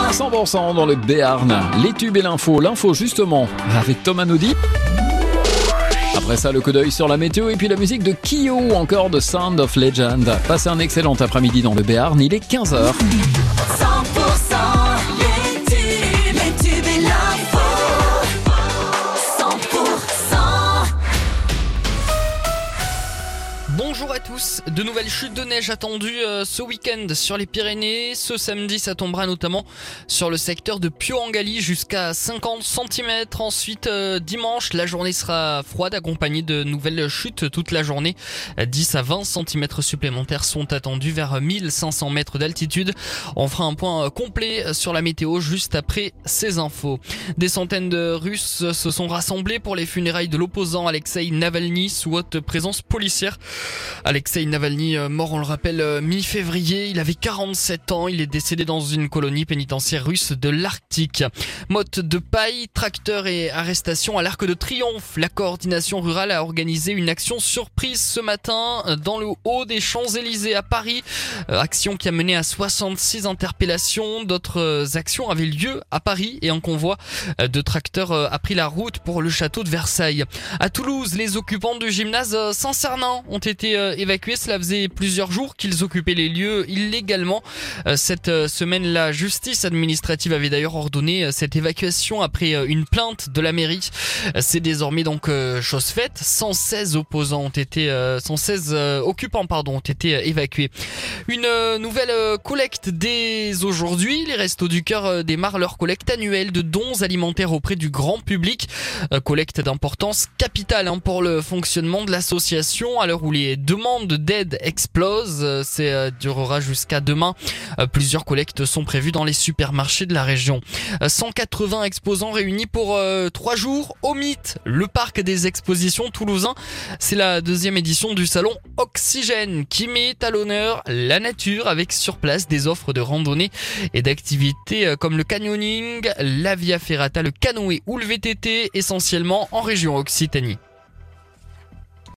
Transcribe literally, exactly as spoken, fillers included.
cent pour cent dans le Béarn. Les tubes et l'info. L'info justement avec Thomas Naudy. Après ça, le coup d'œil sur la météo et puis la musique de Kyo ou encore de Sound of Legend. Passez un excellent après-midi dans le Béarn, il est quinze heures. cent pour cent les tubes, les tubes et l'info. cent pour cent. Bonjour à tous, de nouvelles chutes de neige attendues euh, ce week-end sur les Pyrénées. Ce samedi, ça tombera notamment sur le secteur de Pio-en-Galie jusqu'à cinquante centimètres. Ensuite, euh, dimanche, la journée sera froide accompagnée de nouvelles chutes toute la journée. dix à vingt centimètres supplémentaires sont attendus vers mille cinq cents mètres d'altitude. On fera un point complet sur la météo juste après ces infos. Des centaines de Russes se sont rassemblés pour les funérailles de l'opposant Alexei Navalny sous haute présence policière. Alexei Navalny, mort on le rappelle mi-février, il avait quarante-sept ans, il est décédé dans une colonie pénitentiaire russe de l'Arctique. Motte de paille, tracteurs et arrestations à l'Arc de Triomphe. La coordination rurale a organisé une action surprise ce matin dans le haut des Champs-Élysées à Paris. Action qui a mené à soixante-six interpellations. D'autres actions avaient lieu à Paris et un convoi de tracteurs a pris la route pour le château de Versailles. À Toulouse, les occupants du gymnase Saint-Cernin ont été évacués. Cela faisait plusieurs jours qu'ils occupaient les lieux illégalement. Cette semaine, la justice administrative avait d'ailleurs ordonné cette évacuation après une plainte de la mairie. C'est désormais donc chose faite. cent seize opposants ont été, cent seize occupants pardon ont été évacués. Une nouvelle collecte dès aujourd'hui. Les Restos du Cœur démarrent leur collecte annuelle de dons alimentaires auprès du grand public. Collecte d'importance capitale hein, pour le fonctionnement de l'association à l'heure où les demandes d'aide explosent. C'est durera jusqu'à demain. Plusieurs collectes sont prévues dans les supermarchés de la région. cent quatre-vingts exposants réunis pour euh, trois jours au Mythe, le parc des expositions toulousain. C'est la deuxième édition du salon Oxygène qui met à l'honneur la nature avec sur place des offres de randonnée et d'activités comme le canyoning, la via ferrata, le canoë ou le V T T, essentiellement en région Occitanie.